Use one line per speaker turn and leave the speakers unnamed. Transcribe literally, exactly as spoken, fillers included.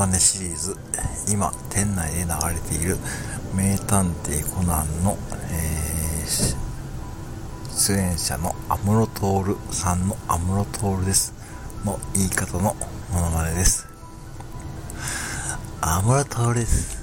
マネシリーズ、今店内で流れている名探偵コナンの、えー、出演者の安室透さんの安室透ですの言い方のモノマネです。安室透です。